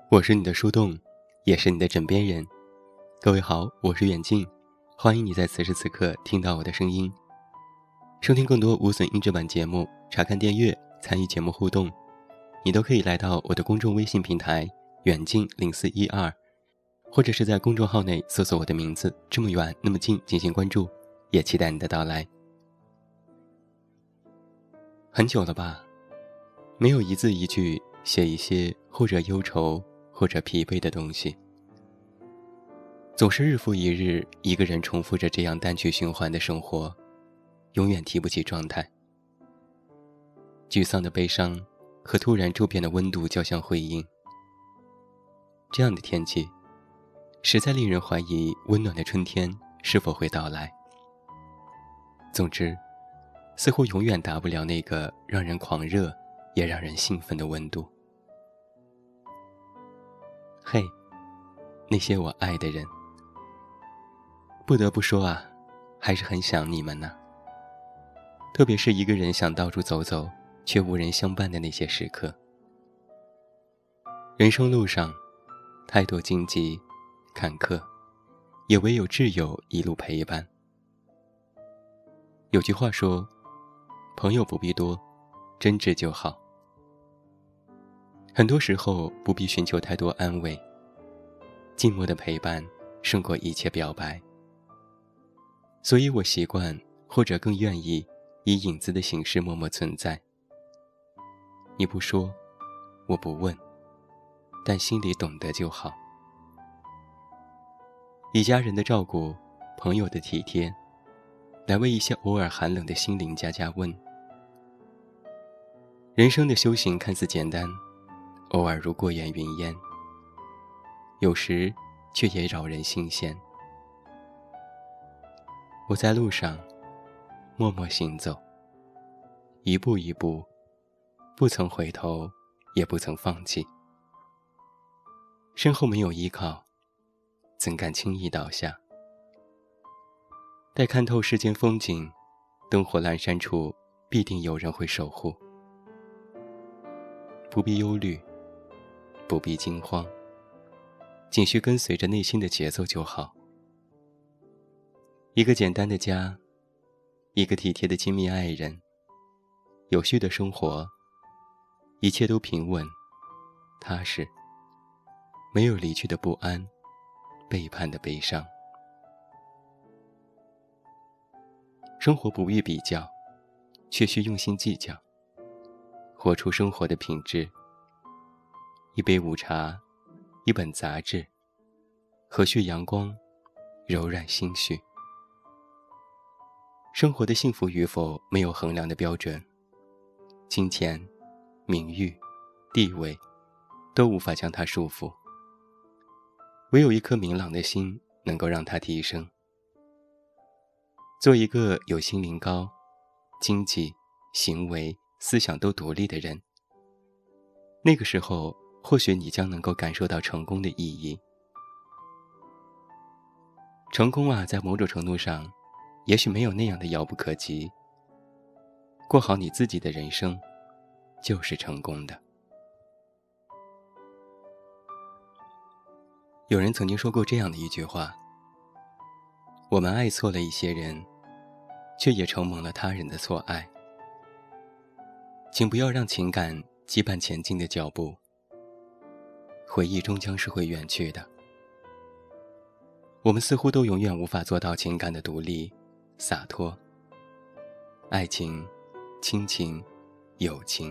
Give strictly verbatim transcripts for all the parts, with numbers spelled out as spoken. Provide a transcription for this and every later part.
我是你的树洞，也是你的枕边人。各位好，我是远近，欢迎你在此时此刻听到我的声音。收听更多无损音质版节目，查看订阅，参与节目互动，你都可以来到我的公众微信平台远近零四一二，或者是在公众号内搜索我的名字这么远那么近进行关注，也期待你的到来。很久了吧，没有一字一句写一些或者忧愁或者疲惫的东西，总是日复一日一个人重复着这样单曲循环的生活，永远提不起状态。沮丧的悲伤和突然周边的温度交相辉映，这样的天气实在令人怀疑温暖的春天是否会到来。总之，似乎永远达不了那个让人狂热也让人兴奋的温度。嘿，那些我爱的人，不得不说啊，还是很想你们呢。特别是一个人想到处走走，却无人相伴的那些时刻。人生路上，太多荆棘、坎坷，也唯有挚友一路陪伴。有句话说，朋友不必多，真挚就好。很多时候不必寻求太多安慰，静默的陪伴胜过一切表白。所以我习惯或者更愿意以影子的形式默默存在。你不说，我不问，但心里懂得就好。以家人的照顾，朋友的体贴，来为一些偶尔寒冷的心灵加加温。人生的修行看似简单，偶尔如过眼云烟，有时却也扰人心弦。我在路上默默行走，一步一步，不曾回头，也不曾放弃。身后没有依靠，怎敢轻易倒下？待看透世间风景，灯火阑珊处，必定有人会守护。不必忧虑，不必惊慌，仅需跟随着内心的节奏就好。一个简单的家，一个体贴的亲密爱人，有序的生活，一切都平稳踏实，没有离去的不安，背叛的悲伤。生活不必比较，却需用心计较，活出生活的品质。一杯午茶，一本杂志，和煦阳光，柔软心绪。生活的幸福与否没有衡量的标准，金钱、名誉、地位都无法将它束缚，唯有一颗明朗的心能够让它提升。做一个有心灵高、经济、行为、思想都独立的人，那个时候或许你将能够感受到成功的意义。成功啊，在某种程度上也许没有那样的遥不可及，过好你自己的人生就是成功的。有人曾经说过这样的一句话，我们爱错了一些人，却也承蒙了他人的错爱。请不要让情感羁绊前进的脚步，回忆终将是会远去的。我们似乎都永远无法做到情感的独立、洒脱。爱情、亲情、友情，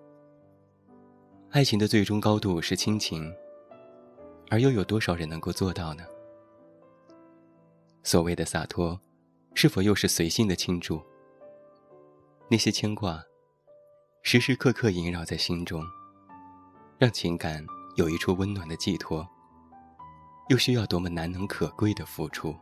爱情的最终高度是亲情，而又有多少人能够做到呢？所谓的洒脱，是否又是随性的倾注？那些牵挂时时刻刻萦绕在心中，让情感有一处温暖的寄托，又需要多么难能可贵的付出。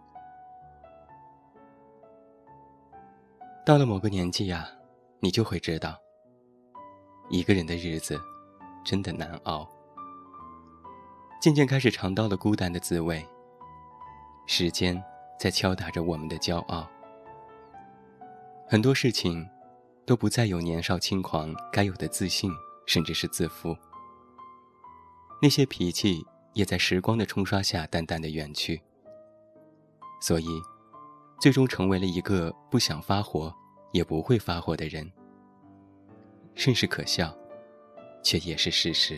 到了某个年纪啊，你就会知道，一个人的日子真的难熬。渐渐开始尝到了孤单的滋味，时间在敲打着我们的骄傲。很多事情都不再有年少轻狂该有的自信，甚至是自负。 那些脾气也在时光的冲刷下淡淡的远去。所以最终成为了一个不想发火也不会发火的人，甚是可笑，却也是事实。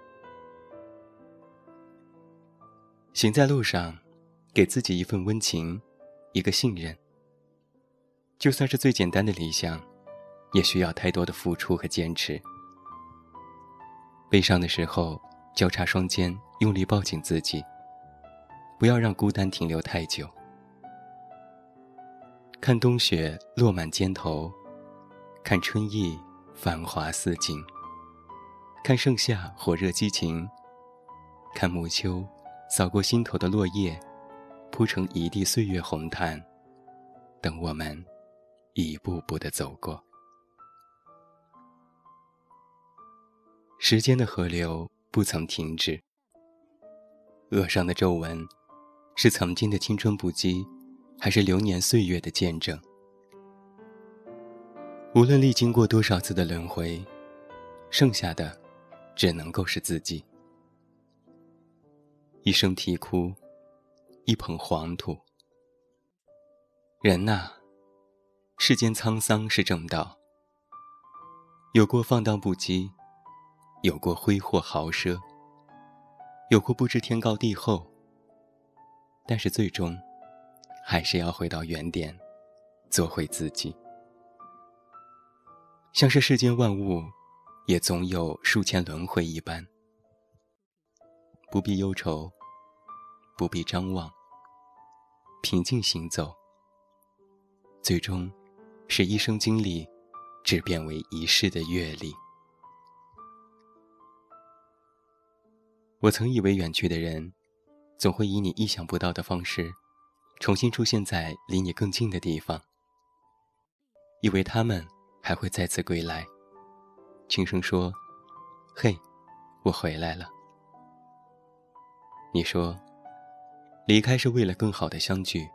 行在路上，给自己一份温情，一个信任。就算是最简单的理想，也需要太多的付出和坚持。悲伤的时候，交叉双肩，用力抱紧自己，不要让孤单停留太久。看冬雪落满肩头，看春意繁华似锦，看盛夏火热激情，看暮秋扫过心头的落叶，铺成一地岁月红毯，等我们一步步地走过。时间的河流不曾停止，额上的皱纹是曾经的青春不羁，还是流年岁月的见证？无论历经过多少次的轮回，剩下的只能够是自己。一声啼哭，一捧黄土。人啊，世间沧桑是正道，有过放荡不羁，有过挥霍豪奢，有过不知天高地厚，但是最终还是要回到原点，做回自己。像是世间万物也总有数千轮回一般，不必忧愁，不必张望，平静行走，最终使一生经历只变为一世的阅历。我曾以为远去的人总会以你意想不到的方式重新出现在离你更近的地方，以为他们还会再次归来，轻声说：嘿，我回来了。你说离开是为了更好的相聚，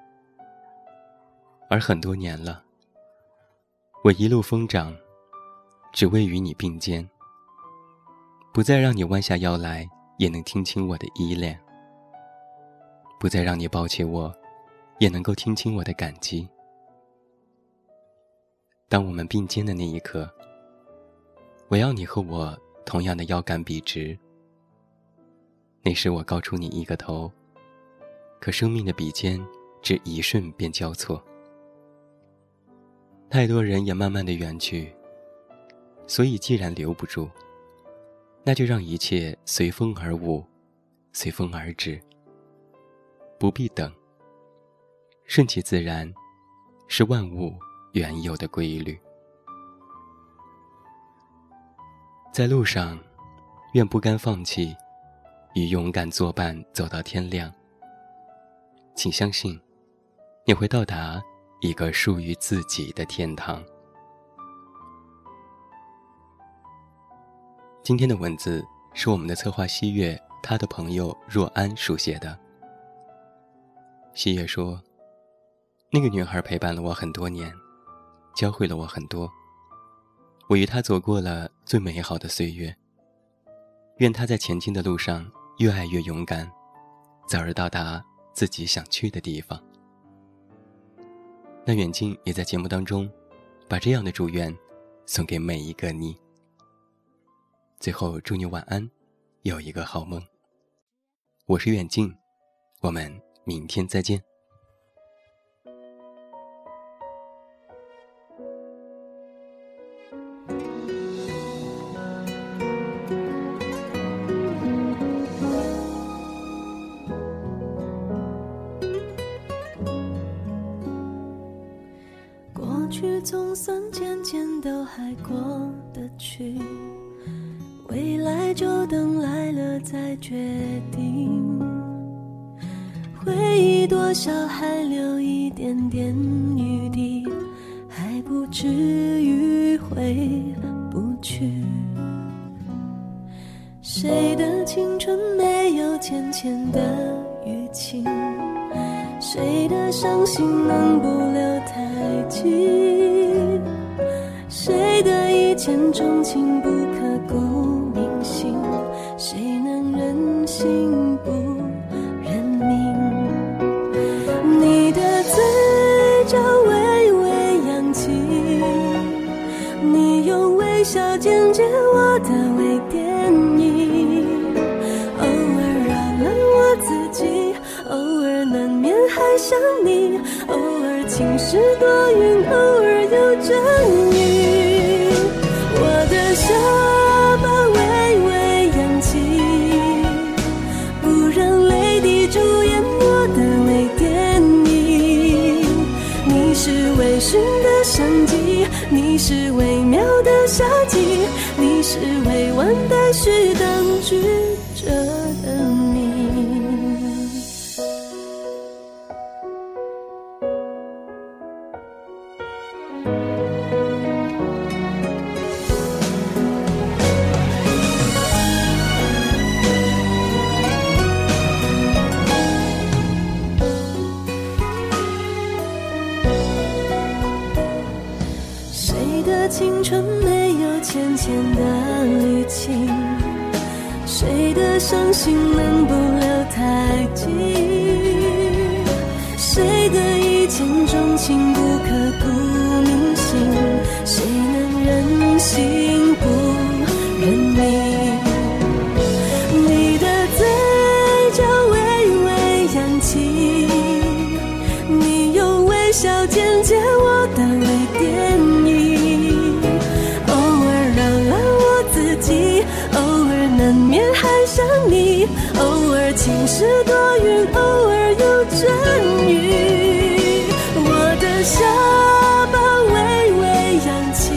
而很多年了，我一路疯长，只为与你并肩，不再让你弯下腰来也能听清我的依恋，不再让你抱起我也能够听清我的感激。当我们并肩的那一刻，我要你和我同样的腰杆笔直。那时我高出你一个头，可生命的笔尖只一瞬便交错。太多人也慢慢的远去，所以既然留不住，那就让一切随风而舞，随风而至，不必等，顺其自然是万物原有的规律。在路上，愿不甘放弃，与勇敢作伴走到天亮。请相信，你会到达一个属于自己的天堂。今天的文字是我们的策划西月他的朋友若安书写的。西月说，那个女孩陪伴了我很多年，教会了我很多，我与她走过了最美好的岁月。愿她在前进的路上越爱越勇敢，早日到达自己想去的地方。那远近也在节目当中把这样的祝愿送给每一个你。最后祝你晚安，有一个好梦。我是远近，我们明天再见。 过去总算渐渐都还过得去，未来就等来了再决定。回忆多少还留一点点余地，还不至于回不去。谁的青春没有浅浅的淤青，谁的伤心能不留太近，谁的一见钟情不刻骨铭心，谁能心不认命。你的嘴角微微扬起，你用微笑剪接我的微电影，偶尔扰乱我自己，偶尔难免还想你，偶尔晴时多云，偶尔有阵雨。我的下巴微微扬起，不让泪滴主演我的微电影。你是微醺的相机，你是微妙的夏季，你是未完待续当局者的你。谁的青春没有浅浅的淤青？谁的伤心能不留太久？谁的一见钟情不刻骨铭心？谁能忍心不认命？你的嘴角微微扬起，你用微笑剪接我的微电影，偶尔扰乱我自己，偶尔难免还想你，偶尔晴时多云，偶尔有阵雨。我的下巴微微扬起，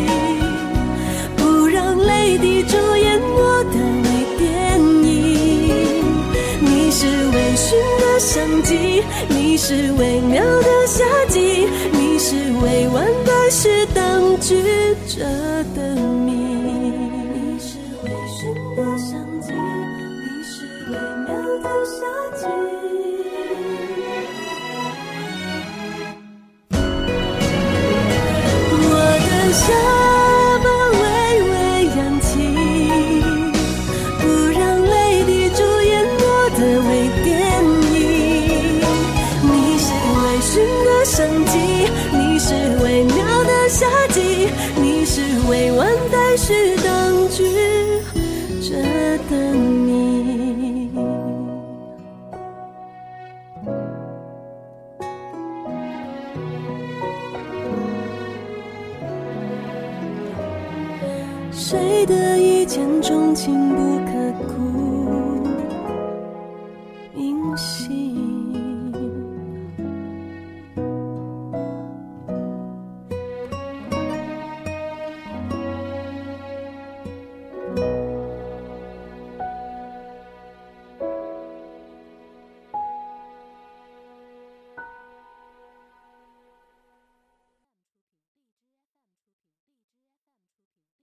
不让泪滴主演我的微电影。你是微醺的相机，你是微妙的夏季，你是未完待续当局者的谜。你是微醺的相机，你是微妙的夏季。我的下巴微微扬起，不让泪滴主演我的微电影。你是微醺的相机，你是微妙的夏季，你是未完待续当局者的你。谁的一见钟情不刻骨